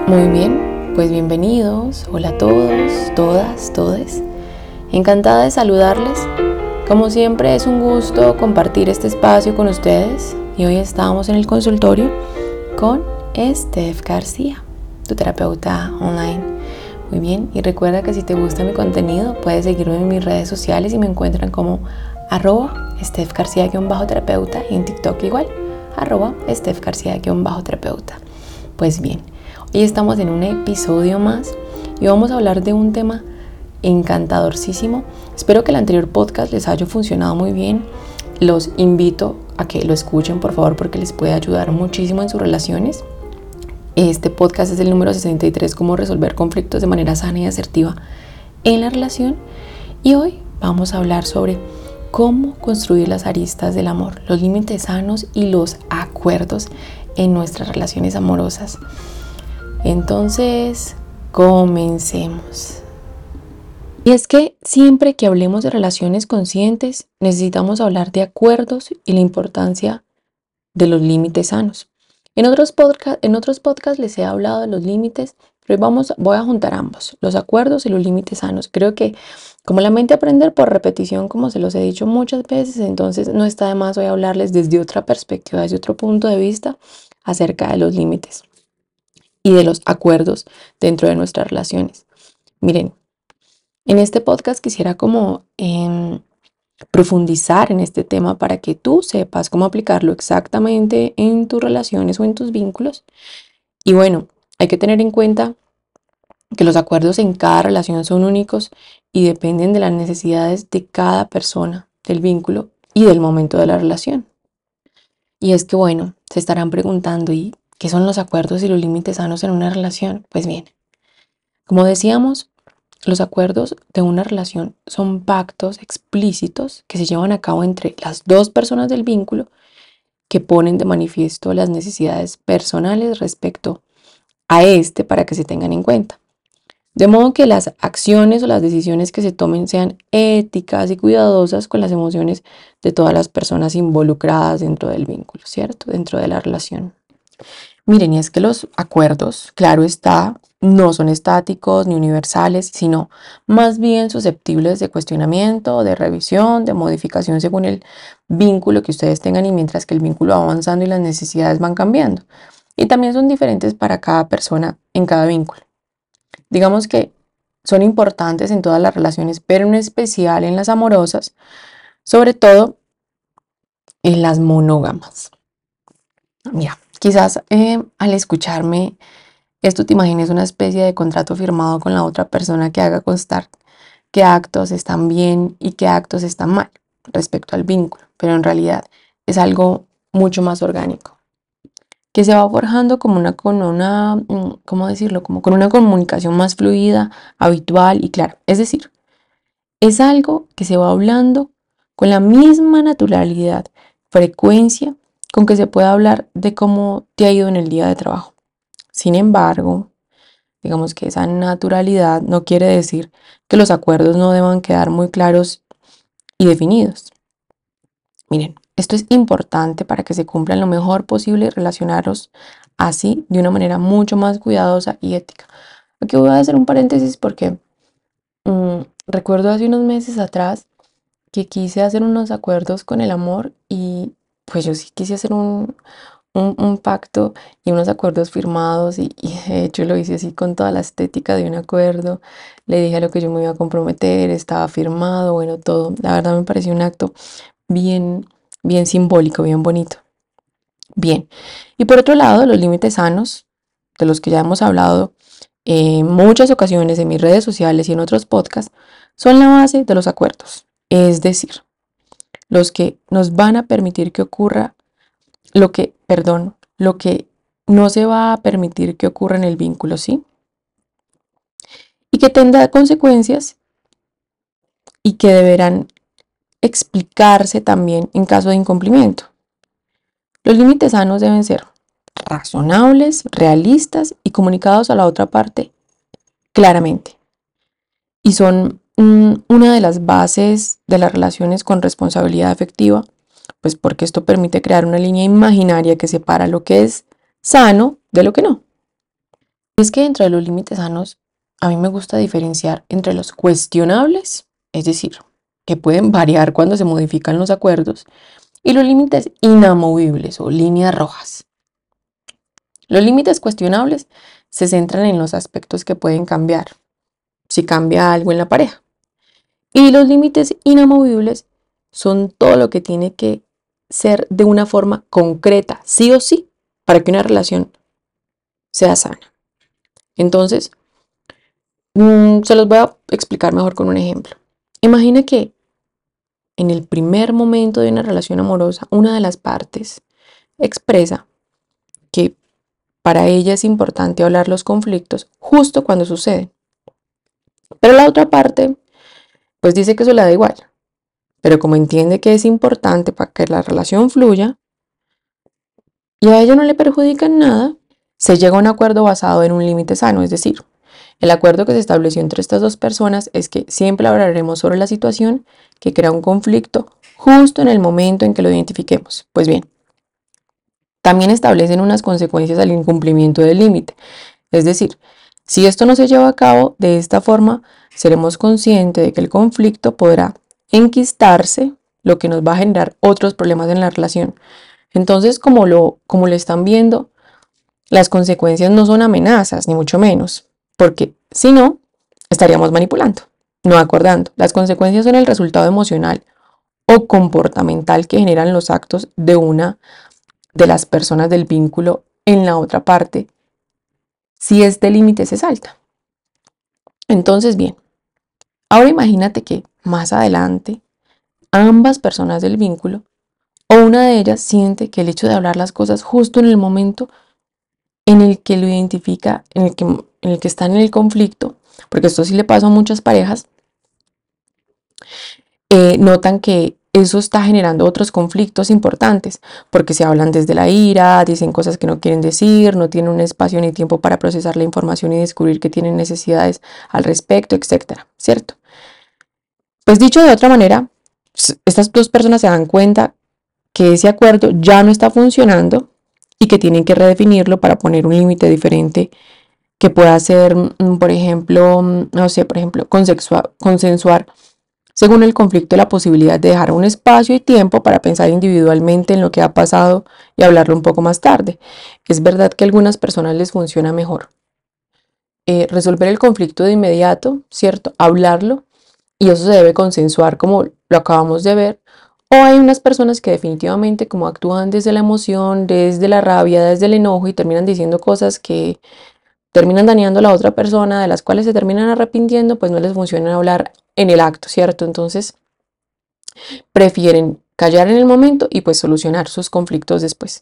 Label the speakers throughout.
Speaker 1: Muy bien, pues bienvenidos, hola a todos, todas, todes. Encantada de saludarles. Como siempre es un gusto compartir este espacio con ustedes y hoy estamos en el consultorio con Steph García, tu terapeuta online. Muy bien, y recuerda que si te gusta mi contenido puedes seguirme en mis redes sociales y me encuentran como @Steph García-terapeuta y en TikTok igual, @Steph García-terapeuta. Pues bien, hoy estamos en un episodio más y vamos a hablar de un tema encantadorcísimo. Espero que el anterior podcast les haya funcionado muy bien. Los invito a que lo escuchen, por favor, porque les puede ayudar muchísimo en sus relaciones. Este podcast es el número 63, cómo resolver conflictos de manera sana y asertiva en la relación. Y hoy vamos a hablar sobre cómo construir las aristas del amor, los límites sanos y los acuerdos en nuestras relaciones amorosas. Entonces, comencemos. Y es que siempre que hablemos de relaciones conscientes, necesitamos hablar de acuerdos y la importancia de los límites sanos. En otros podcasts les he hablado de los límites, pero hoy voy a juntar ambos, los acuerdos y los límites sanos. Creo que como la mente aprende por repetición, como se los he dicho muchas veces, entonces no está de más hoy hablarles desde otra perspectiva, desde otro punto de vista acerca de los límites y de los acuerdos dentro de nuestras relaciones. Miren, en este podcast quisiera profundizar en este tema para que tú sepas cómo aplicarlo exactamente en tus relaciones o en tus vínculos. Y bueno, hay que tener en cuenta que los acuerdos en cada relación son únicos y dependen de las necesidades de cada persona, del vínculo y del momento de la relación. Y es que bueno, se estarán preguntando, ¿y qué son los acuerdos y los límites sanos en una relación? Pues bien, como decíamos, los acuerdos de una relación son pactos explícitos que se llevan a cabo entre las dos personas del vínculo que ponen de manifiesto las necesidades personales respecto a este para que se tengan en cuenta. De modo que las acciones o las decisiones que se tomen sean éticas y cuidadosas con las emociones de todas las personas involucradas dentro del vínculo, ¿cierto? Dentro de la relación. Miren, y es que los acuerdos, claro está, no son estáticos ni universales, sino más bien susceptibles de cuestionamiento, de revisión, de modificación según el vínculo que ustedes tengan y mientras que el vínculo va avanzando y las necesidades van cambiando. Y también son diferentes para cada persona en cada vínculo. Digamos que son importantes en todas las relaciones, pero en especial en las amorosas, sobre todo en las monógamas. Mira, quizás al escucharme esto te imagines una especie de contrato firmado con la otra persona que haga constar qué actos están bien y qué actos están mal respecto al vínculo, pero en realidad es algo mucho más orgánico, que se va forjando ¿cómo decirlo? Como con una comunicación más fluida, habitual y clara. Es decir, es algo que se va hablando con la misma naturalidad, frecuencia con que se puede hablar de cómo te ha ido en el día de trabajo. Sin embargo, digamos que esa naturalidad no quiere decir que los acuerdos no deban quedar muy claros y definidos. Miren, esto es importante para que se cumplan lo mejor posible y relacionaros así de una manera mucho más cuidadosa y ética. Aquí voy a hacer un paréntesis porque recuerdo hace unos meses atrás que quise hacer unos acuerdos con el amor y pues yo sí quise hacer un pacto y unos acuerdos firmados y de hecho lo hice así con toda la estética de un acuerdo. Le dije a lo que yo me iba a comprometer, estaba firmado, bueno, todo. La verdad me pareció un acto bien, bien simbólico, bien bonito. Bien, y por otro lado, los límites sanos, de los que ya hemos hablado en muchas ocasiones en mis redes sociales y en otros podcasts, son la base de los acuerdos. Es decir, los que nos van a permitir que ocurra lo que no se va a permitir que ocurra en el vínculo, ¿sí? Y que tendrá consecuencias y que deberán explicarse también en caso de incumplimiento. Los límites sanos deben ser razonables, realistas y comunicados a la otra parte claramente. Y son una de las bases de las relaciones con responsabilidad afectiva, pues porque esto permite crear una línea imaginaria que separa lo que es sano de lo que no. Es que dentro de los límites sanos, a mí me gusta diferenciar entre los cuestionables, es decir, que pueden variar cuando se modifican los acuerdos, y los límites inamovibles o líneas rojas. Los límites cuestionables se centran en los aspectos que pueden cambiar, si cambia algo en la pareja. Y los límites inamovibles son todo lo que tiene que ser de una forma concreta, sí o sí, para que una relación sea sana. Entonces, se los voy a explicar mejor con un ejemplo. Imagina que en el primer momento de una relación amorosa, una de las partes expresa que para ella es importante hablar los conflictos justo cuando suceden. Pero la otra parte, pues dice que eso le da igual. Pero como entiende que es importante para que la relación fluya y a ella no le perjudica en nada, se llega a un acuerdo basado en un límite sano, es decir, el acuerdo que se estableció entre estas dos personas es que siempre hablaremos sobre la situación que crea un conflicto justo en el momento en que lo identifiquemos. Pues bien, también establecen unas consecuencias al incumplimiento del límite. Es decir, si esto no se lleva a cabo de esta forma, seremos conscientes de que el conflicto podrá enquistarse, lo que nos va a generar otros problemas en la relación. Entonces, como lo están viendo, las consecuencias no son amenazas, ni mucho menos, porque si no, estaríamos manipulando, no acordando. Las consecuencias son el resultado emocional o comportamental que generan los actos de una de las personas del vínculo en la otra parte, si este límite se salta. Entonces, bien, ahora imagínate que más adelante ambas personas del vínculo o una de ellas siente que el hecho de hablar las cosas justo en el momento en el que lo identifica, en el que están en el conflicto, porque esto sí le pasa a muchas parejas, notan que eso está generando otros conflictos importantes, porque se hablan desde la ira, dicen cosas que no quieren decir, no tienen un espacio ni tiempo para procesar la información y descubrir que tienen necesidades al respecto, etcétera, ¿cierto? Pues dicho de otra manera, estas dos personas se dan cuenta que ese acuerdo ya no está funcionando y que tienen que redefinirlo para poner un límite diferente que pueda ser, por ejemplo, no sé, por ejemplo, consensuar según el conflicto la posibilidad de dejar un espacio y tiempo para pensar individualmente en lo que ha pasado y hablarlo un poco más tarde. Es verdad que a algunas personas les funciona mejor resolver el conflicto de inmediato, ¿cierto? Hablarlo y eso se debe consensuar como lo acabamos de ver. O hay unas personas que definitivamente como actúan desde la emoción, desde la rabia, desde el enojo y terminan diciendo cosas que terminan dañando a la otra persona, de las cuales se terminan arrepintiendo, pues no les funciona hablar en el acto, ¿cierto? Entonces prefieren callar en el momento y pues solucionar sus conflictos después.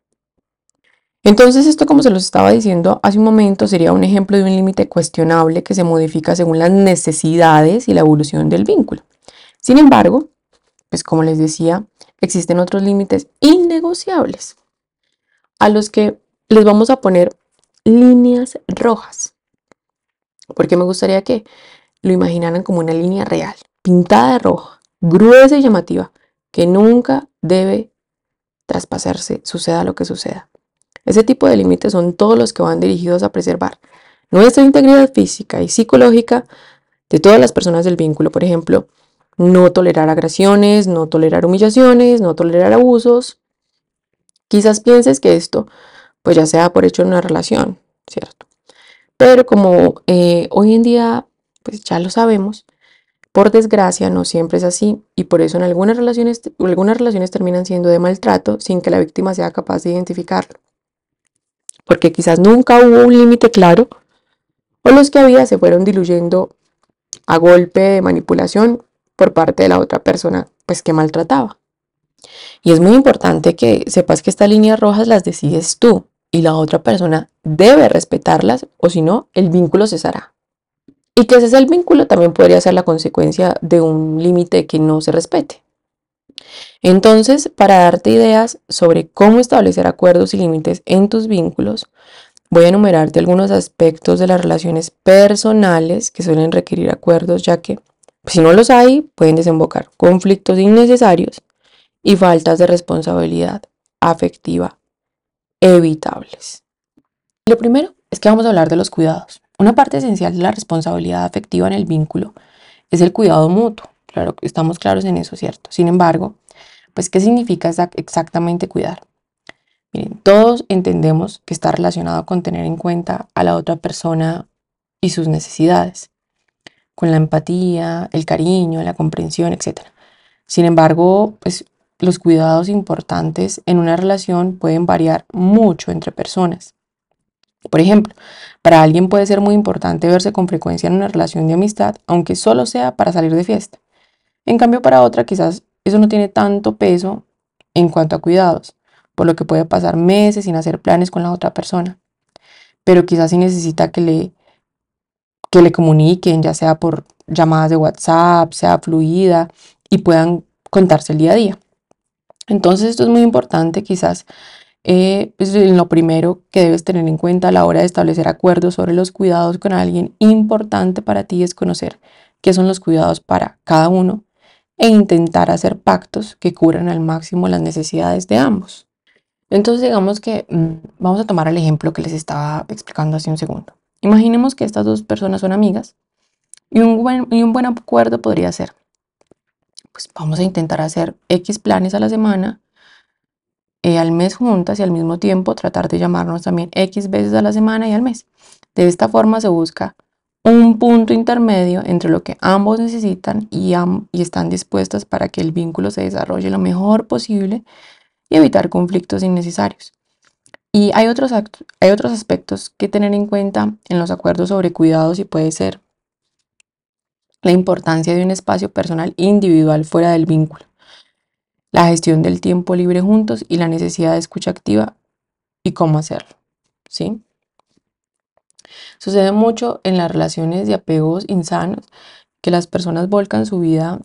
Speaker 1: Entonces esto, como se los estaba diciendo hace un momento, sería un ejemplo de un límite cuestionable que se modifica según las necesidades y la evolución del vínculo. Sin embargo, pues como les decía, existen otros límites innegociables a los que les vamos a poner líneas rojas, porque me gustaría que lo imaginaran como una línea real, pintada de rojo, gruesa y llamativa, que nunca debe traspasarse, suceda lo que suceda. Ese tipo de límites son todos los que van dirigidos a preservar nuestra integridad física y psicológica de todas las personas del vínculo. Por ejemplo, no tolerar agresiones, no tolerar humillaciones, no tolerar abusos. Quizás pienses que esto pues ya sea por hecho en una relación, ¿cierto? Pero como hoy en día pues ya lo sabemos, por desgracia no siempre es así y por eso en algunas relaciones terminan siendo de maltrato sin que la víctima sea capaz de identificarlo. Porque quizás nunca hubo un límite claro o los que había se fueron diluyendo a golpe de manipulación por parte de la otra persona pues que maltrataba. Y es muy importante que sepas que estas líneas rojas las decides tú y la otra persona debe respetarlas o si no el vínculo cesará. Y que cese el vínculo también podría ser la consecuencia de un límite que no se respete. Entonces, para darte ideas sobre cómo establecer acuerdos y límites en tus vínculos, voy a enumerarte algunos aspectos de las relaciones personales que suelen requerir acuerdos, ya que si no los hay, pueden desembocar conflictos innecesarios y faltas de responsabilidad afectiva evitables. Lo primero es que vamos a hablar de los cuidados. Una parte esencial de la responsabilidad afectiva en el vínculo es el cuidado mutuo. Claro, estamos claros en eso, ¿cierto? Sin embargo, pues, ¿qué significa exactamente cuidar? Miren, todos entendemos que está relacionado con tener en cuenta a la otra persona y sus necesidades, con la empatía, el cariño, la comprensión, etcétera. Sin embargo, pues los cuidados importantes en una relación pueden variar mucho entre personas. Por ejemplo, para alguien puede ser muy importante verse con frecuencia en una relación de amistad, aunque solo sea para salir de fiesta. En cambio, para otra quizás eso no tiene tanto peso en cuanto a cuidados, por lo que puede pasar meses sin hacer planes con la otra persona. Pero quizás sí necesita que le comuniquen, ya sea por llamadas de WhatsApp, sea fluida y puedan contarse el día a día. Entonces esto es muy importante, quizás pues, lo primero que debes tener en cuenta a la hora de establecer acuerdos sobre los cuidados con alguien importante para ti es conocer qué son los cuidados para cada uno e intentar hacer pactos que cubran al máximo las necesidades de ambos. Entonces digamos que vamos a tomar el ejemplo que les estaba explicando hace un segundo. Imaginemos que estas dos personas son amigas y un buen acuerdo podría ser, pues vamos a intentar hacer X planes a la semana, al mes juntas y al mismo tiempo tratar de llamarnos también X veces a la semana y al mes. De esta forma se busca un punto intermedio entre lo que ambos necesitan y están dispuestas para que el vínculo se desarrolle lo mejor posible y evitar conflictos innecesarios. Y hay otros aspectos que tener en cuenta en los acuerdos sobre cuidados y puede ser la importancia de un espacio personal individual fuera del vínculo, la gestión del tiempo libre juntos y la necesidad de escucha activa y cómo hacerlo, ¿sí? Sucede mucho en las relaciones de apegos insanos que las personas volcan su vida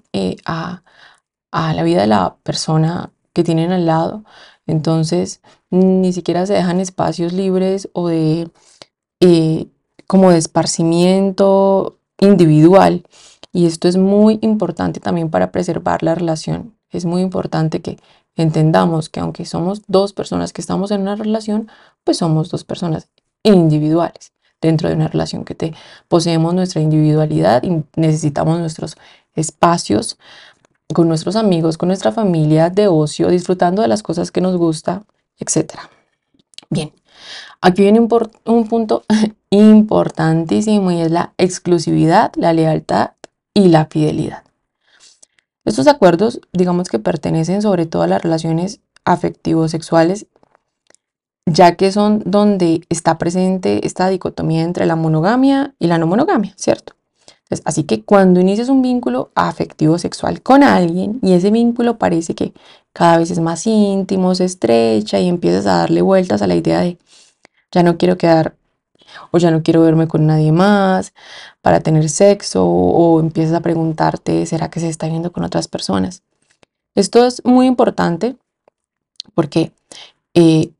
Speaker 1: a la vida de la persona que tienen al lado. Entonces, ni siquiera se dejan espacios libres o de eh, como de esparcimiento individual. Y esto es muy importante también para preservar la relación. Es muy importante que entendamos que aunque somos dos personas que estamos en una relación, pues somos dos personas individuales dentro de una relación poseemos nuestra individualidad y necesitamos nuestros espacios con nuestros amigos, con nuestra familia de ocio, disfrutando de las cosas que nos gusta, etcétera. Bien, aquí viene un punto importantísimo y es la exclusividad, la lealtad y la fidelidad. Estos acuerdos, digamos que pertenecen sobre todo a las relaciones afectivos sexuales, ya que son donde está presente esta dicotomía entre la monogamia y la no monogamia, ¿cierto? Entonces, así que cuando inicias un vínculo afectivo sexual con alguien y ese vínculo parece que cada vez es más íntimo, se estrecha y empiezas a darle vueltas a la idea de ya no quiero quedar o ya no quiero verme con nadie más para tener sexo o empiezas a preguntarte, ¿será que se está viendo con otras personas? Esto es muy importante porque eh,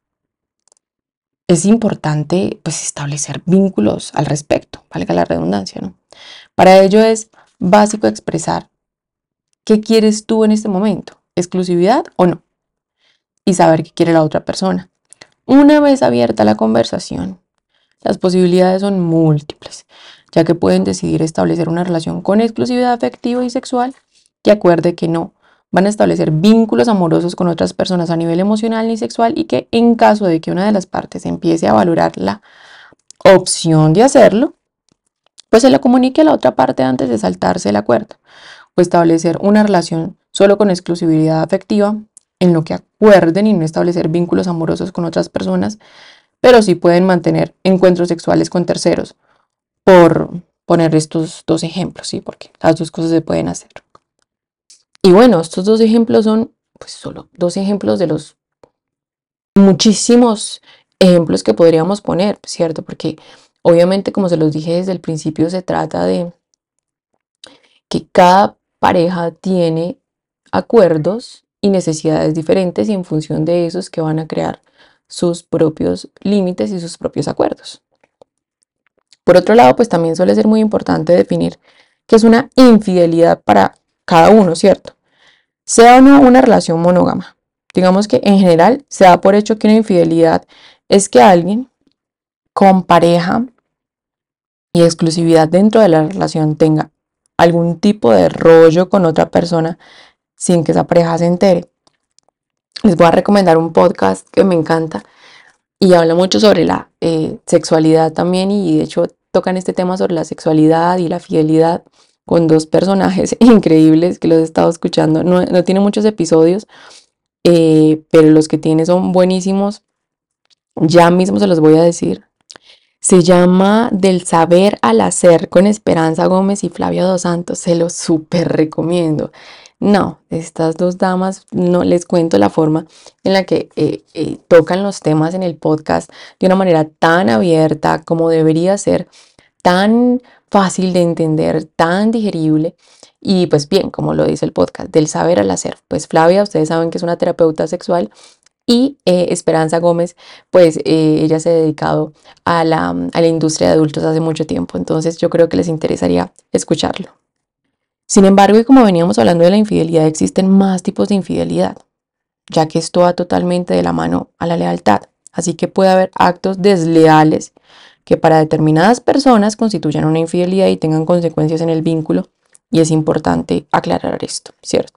Speaker 1: es importante pues establecer vínculos al respecto, valga la redundancia, ¿no? Para ello es básico expresar qué quieres tú en este momento, exclusividad o no, y saber qué quiere la otra persona. Una vez abierta la conversación, las posibilidades son múltiples, ya que pueden decidir establecer una relación con exclusividad afectiva y sexual que acuerde que no van a establecer vínculos amorosos con otras personas a nivel emocional ni sexual y que en caso de que una de las partes empiece a valorar la opción de hacerlo, pues se lo comunique a la otra parte antes de saltarse el acuerdo o establecer una relación solo con exclusividad afectiva en lo que acuerden y no establecer vínculos amorosos con otras personas, pero sí pueden mantener encuentros sexuales con terceros, por poner estos dos ejemplos, ¿sí? Porque las dos cosas se pueden hacer. Y bueno, estos dos ejemplos son pues solo dos ejemplos de los muchísimos ejemplos que podríamos poner, ¿cierto? Porque obviamente, como se los dije desde el principio, se trata de que cada pareja tiene acuerdos y necesidades diferentes y en función de esos que van a crear sus propios límites y sus propios acuerdos. Por otro lado, pues también suele ser muy importante definir qué es una infidelidad para cada uno, ¿cierto? Sea o no una relación monógama. Digamos que en general se da por hecho que una infidelidad es que alguien con pareja y exclusividad dentro de la relación tenga algún tipo de rollo con otra persona sin que esa pareja se entere, les voy a recomendar un podcast que me encanta y habla mucho sobre la sexualidad también, y de hecho tocan este tema sobre la sexualidad y la fidelidad con dos personajes increíbles que los he estado escuchando. No, no tiene muchos episodios, pero los que tiene son buenísimos. Ya mismo se los voy a decir. Se llama Del saber al hacer, con Esperanza Gómez y Flavia Dos Santos. Se los súper recomiendo. No, estas dos damas, no les cuento la forma en la que tocan los temas en el podcast de una manera tan abierta como debería ser, tan fácil de entender, tan digerible. Y pues bien, como lo dice el podcast, del saber al hacer. Pues Flavia, ustedes saben que es una terapeuta sexual, y Esperanza Gómez, pues ella se ha dedicado a la industria de adultos hace mucho tiempo, entonces yo creo que les interesaría escucharlo. Sin embargo, y como veníamos hablando de la infidelidad, existen más tipos de infidelidad, ya que esto va totalmente de la mano a la lealtad. Así que puede haber actos desleales que para determinadas personas constituyan una infidelidad y tengan consecuencias en el vínculo, y es importante aclarar esto, ¿cierto?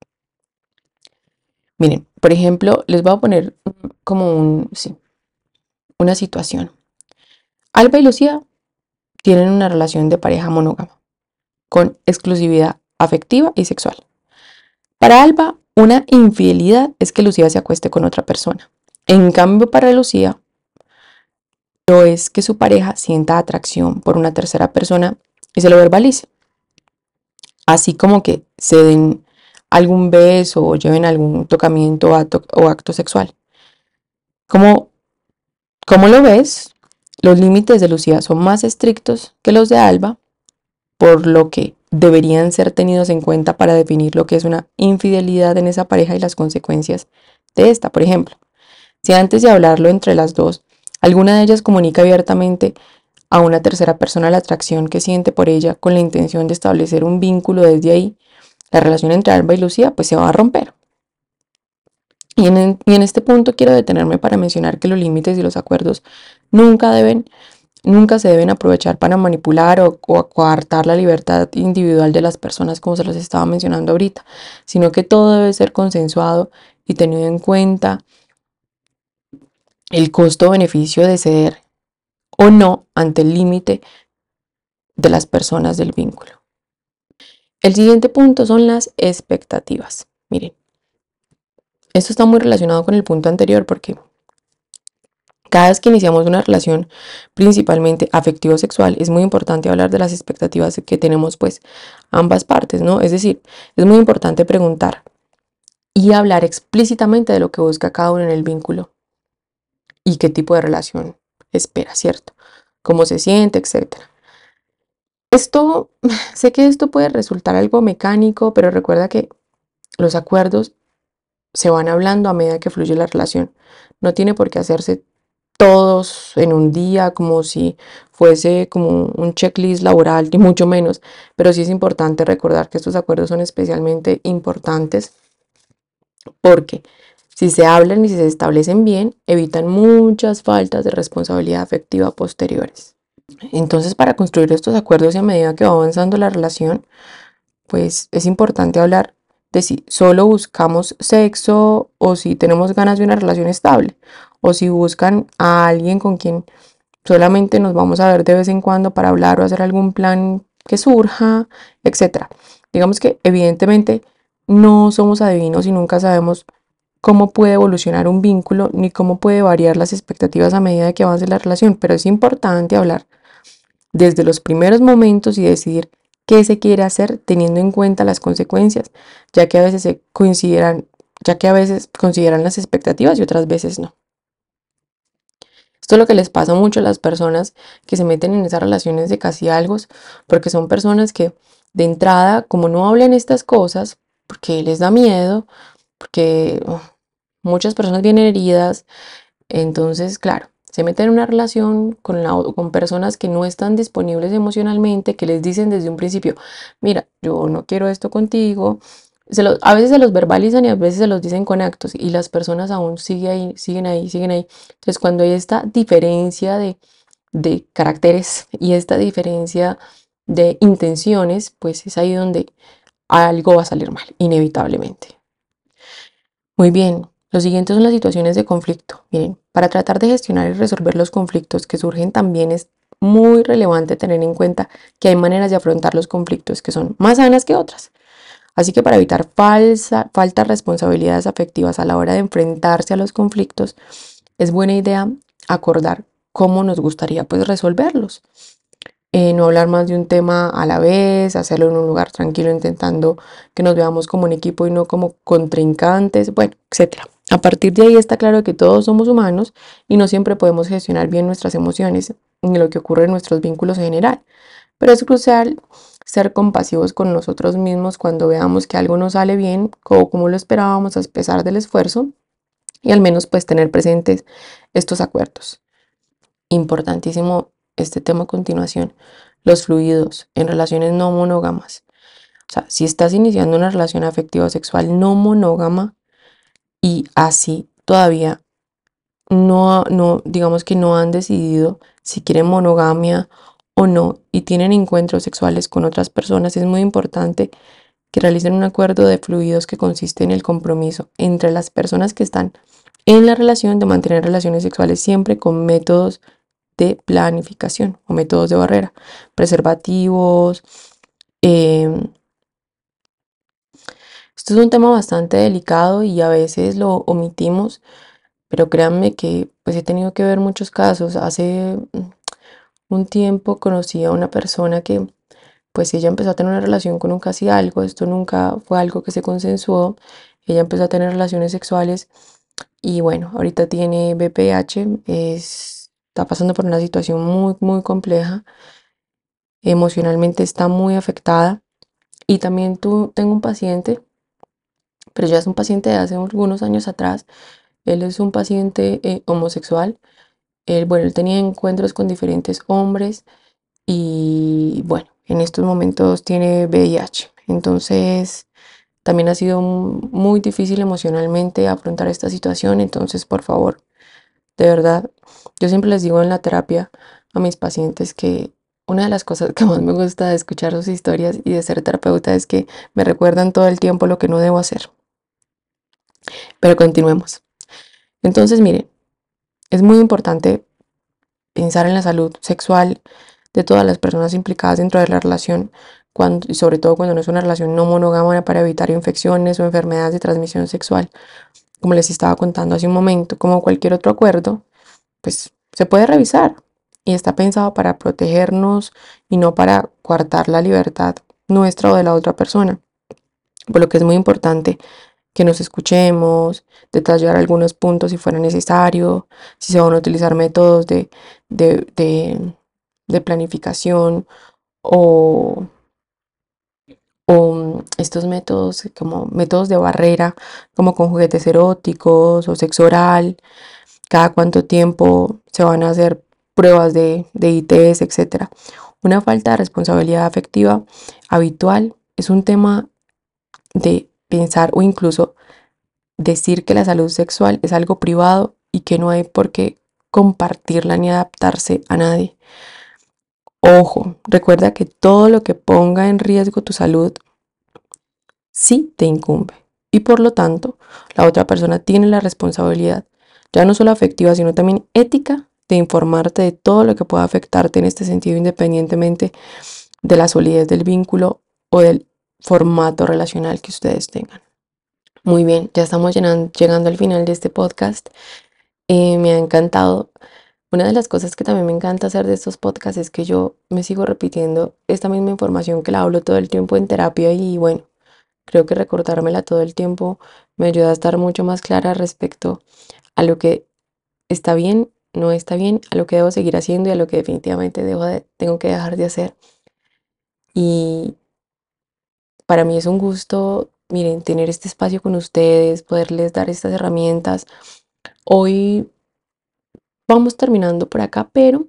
Speaker 1: Miren, por ejemplo, les voy a poner como sí, una situación. Alba y Lucía tienen una relación de pareja monógama, con exclusividad afectiva y sexual. Para Alba, una infidelidad es que Lucía se acueste con otra persona. En cambio, para Lucía, lo es que su pareja sienta atracción por una tercera persona y se lo verbalice. Así como que se den algún beso o lleven algún tocamiento o acto sexual. Como, como lo ves, los límites de Lucía son más estrictos que los de Alba, por lo que deberían ser tenidos en cuenta para definir lo que es una infidelidad en esa pareja y las consecuencias de esta. Por ejemplo, si antes de hablarlo entre las dos, alguna de ellas comunica abiertamente a una tercera persona la atracción que siente por ella con la intención de establecer un vínculo desde ahí, la relación entre Alba y Lucía pues se va a romper. Y en este punto quiero detenerme para mencionar que los límites y los acuerdos nunca deben Nunca se deben aprovechar para manipular o coartar la libertad individual de las personas, como se los estaba mencionando ahorita, sino que todo debe ser consensuado y tenido en cuenta el costo-beneficio de ceder o no ante el límite de las personas del vínculo. El siguiente punto son las expectativas. Miren, esto está muy relacionado con el punto anterior, porque cada vez que iniciamos una relación principalmente afectivo-sexual, es muy importante hablar de las expectativas que tenemos pues ambas partes, ¿no? Es decir, es muy importante preguntar y hablar explícitamente de lo que busca cada uno en el vínculo y qué tipo de relación espera, ¿cierto? Cómo se siente, etcétera. Sé que esto puede resultar algo mecánico, pero recuerda que los acuerdos se van hablando a medida que fluye la relación. No tiene por qué hacerse todos en un día como si fuese como un checklist laboral, ni mucho menos, pero sí es importante recordar que estos acuerdos son especialmente importantes porque si se hablan y si se establecen bien, evitan muchas faltas de responsabilidad afectiva posteriores. Entonces, para construir estos acuerdos y a medida que va avanzando la relación, pues es importante hablar de si solo buscamos sexo o si tenemos ganas de una relación estable o si buscan a alguien con quien solamente nos vamos a ver de vez en cuando para hablar o hacer algún plan que surja, etcétera. Digamos que evidentemente no somos adivinos y nunca sabemos cómo puede evolucionar un vínculo ni cómo puede variar las expectativas a medida de que avance la relación, pero es importante hablar desde los primeros momentos y decidir qué se quiere hacer teniendo en cuenta las consecuencias, ya que a veces consideran las expectativas y otras veces no. Esto es lo que les pasa mucho a las personas que se meten en esas relaciones de casi algo, porque son personas que de entrada, como no hablan estas cosas, porque les da miedo, porque muchas personas vienen heridas, entonces, claro, se meten en una relación con personas que no están disponibles emocionalmente, que les dicen desde un principio, mira, yo no quiero esto contigo. A veces se los verbalizan y a veces se los dicen con actos y las personas aún siguen ahí, siguen ahí, siguen ahí. Entonces, cuando hay esta diferencia de caracteres y esta diferencia de intenciones, pues es ahí donde algo va a salir mal, inevitablemente. Muy bien, lo siguiente son las situaciones de conflicto. Miren, para tratar de gestionar y resolver los conflictos que surgen también es muy relevante tener en cuenta que hay maneras de afrontar los conflictos que son más sanas que otras. Así que para evitar faltas responsabilidades afectivas a la hora de enfrentarse a los conflictos, es buena idea acordar cómo nos gustaría pues resolverlos. No hablar más de un tema a la vez, hacerlo en un lugar tranquilo, intentando que nos veamos como un equipo y no como contrincantes, bueno, etcétera. A partir de ahí está claro que todos somos humanos y no siempre podemos gestionar bien nuestras emociones ni lo que ocurre en nuestros vínculos en general. Pero es crucial ser compasivos con nosotros mismos cuando veamos que algo no sale bien o como lo esperábamos a pesar del esfuerzo y al menos pues tener presentes estos acuerdos. Importantísimo este tema a continuación, los fluidos en relaciones no monógamas. O sea, si estás iniciando una relación afectiva o sexual no monógama y así todavía digamos que no han decidido si quieren monogamia o no y tienen encuentros sexuales con otras personas, es muy importante que realicen un acuerdo de fluidos que consiste en el compromiso entre las personas que están en la relación de mantener relaciones sexuales siempre con métodos de planificación o métodos de barrera, preservativos. em, Esto es un tema bastante delicado y a veces lo omitimos, pero créanme que pues he tenido que ver muchos casos. Hace un tiempo conocí a una persona que pues ella empezó a tener una relación con un casi algo, esto nunca fue algo que se consensuó, ella empezó a tener relaciones sexuales y bueno, ahorita tiene BPH, está pasando por una situación muy, muy compleja, emocionalmente está muy afectada y también tengo un paciente, pero ya es un paciente de hace algunos años atrás, él es un paciente homosexual, bueno, él tenía encuentros con diferentes hombres y bueno, en estos momentos tiene VIH. Entonces, también ha sido muy difícil emocionalmente afrontar esta situación. Entonces, por favor, de verdad, yo siempre les digo en la terapia a mis pacientes que una de las cosas que más me gusta de escuchar sus historias y de ser terapeuta es que me recuerdan todo el tiempo lo que no debo hacer. Pero continuemos. Entonces, miren, es muy importante pensar en la salud sexual de todas las personas implicadas dentro de la relación, y sobre todo cuando no es una relación no monógama para evitar infecciones o enfermedades de transmisión sexual. Como les estaba contando hace un momento, como cualquier otro acuerdo, pues se puede revisar y está pensado para protegernos y no para coartar la libertad nuestra o de la otra persona. Por lo que es muy importante que nos escuchemos, detallar algunos puntos si fuera necesario, si se van a utilizar métodos de, de, de planificación o, o estos métodos como métodos de barrera, como con juguetes eróticos o sexo oral, cada cuánto tiempo se van a hacer pruebas de ITS, etcétera. Una falta de responsabilidad afectiva habitual es un tema de pensar o incluso decir que la salud sexual es algo privado y que no hay por qué compartirla ni adaptarse a nadie. Ojo, recuerda que todo lo que ponga en riesgo tu salud sí te incumbe y por lo tanto la otra persona tiene la responsabilidad, ya no solo afectiva, sino también ética, de informarte de todo lo que pueda afectarte en este sentido, independientemente de la solidez del vínculo o del formato relacional que ustedes tengan. Muy bien, ya estamos llegando al final de este podcast. Me ha encantado. Una de las cosas que también me encanta hacer de estos podcasts es que yo me sigo repitiendo esta misma información que la hablo todo el tiempo en terapia y bueno, creo que recordármela todo el tiempo me ayuda a estar mucho más clara respecto a lo que está bien, no está bien, a lo que debo seguir haciendo y a lo que definitivamente tengo que dejar de hacer. Y para mí es un gusto, miren, tener este espacio con ustedes, poderles dar estas herramientas. Hoy vamos terminando por acá, pero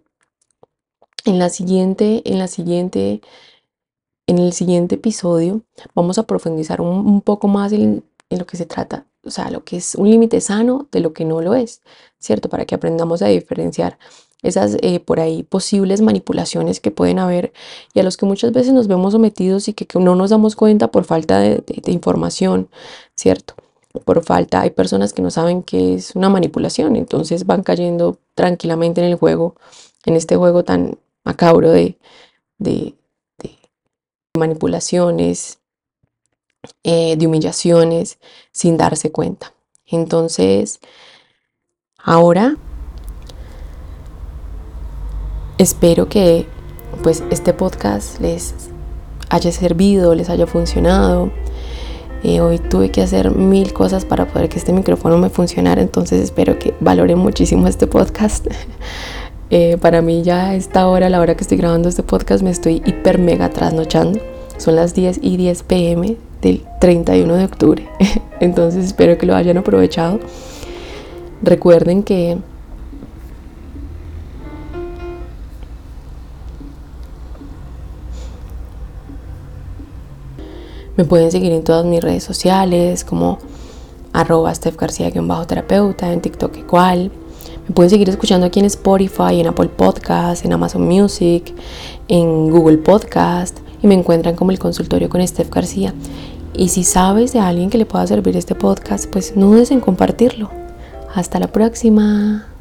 Speaker 1: en el siguiente episodio vamos a profundizar un poco más en lo que se trata, o sea, lo que es un límite sano de lo que no lo es, ¿cierto? Para que aprendamos a diferenciar esas por ahí posibles manipulaciones que pueden haber y a los que muchas veces nos vemos sometidos y que no nos damos cuenta por falta de información, ¿cierto? Por falta, hay personas que no saben que es una manipulación, entonces van cayendo tranquilamente en el juego, en este juego tan macabro de manipulaciones, de humillaciones, sin darse cuenta. Entonces, ahora espero que pues este podcast les haya servido, les haya funcionado. Hoy tuve que hacer 1000 cosas para poder que este micrófono me funcionara, entonces espero que valoren muchísimo este podcast. Para mí ya a esta hora, a la hora que estoy grabando este podcast, me estoy hiper mega trasnochando. Son las 10:10 p.m. del 31 de octubre. Entonces espero que lo hayan aprovechado. Recuerden que me pueden seguir en todas mis redes sociales como @StephGarcia_terapeuta, en TikTok igual. Me pueden seguir escuchando aquí en Spotify, en Apple Podcast, en Amazon Music, en Google Podcast y me encuentran como El Consultorio con Steph García. Y si sabes de alguien que le pueda servir este podcast, pues no dudes en compartirlo. Hasta la próxima.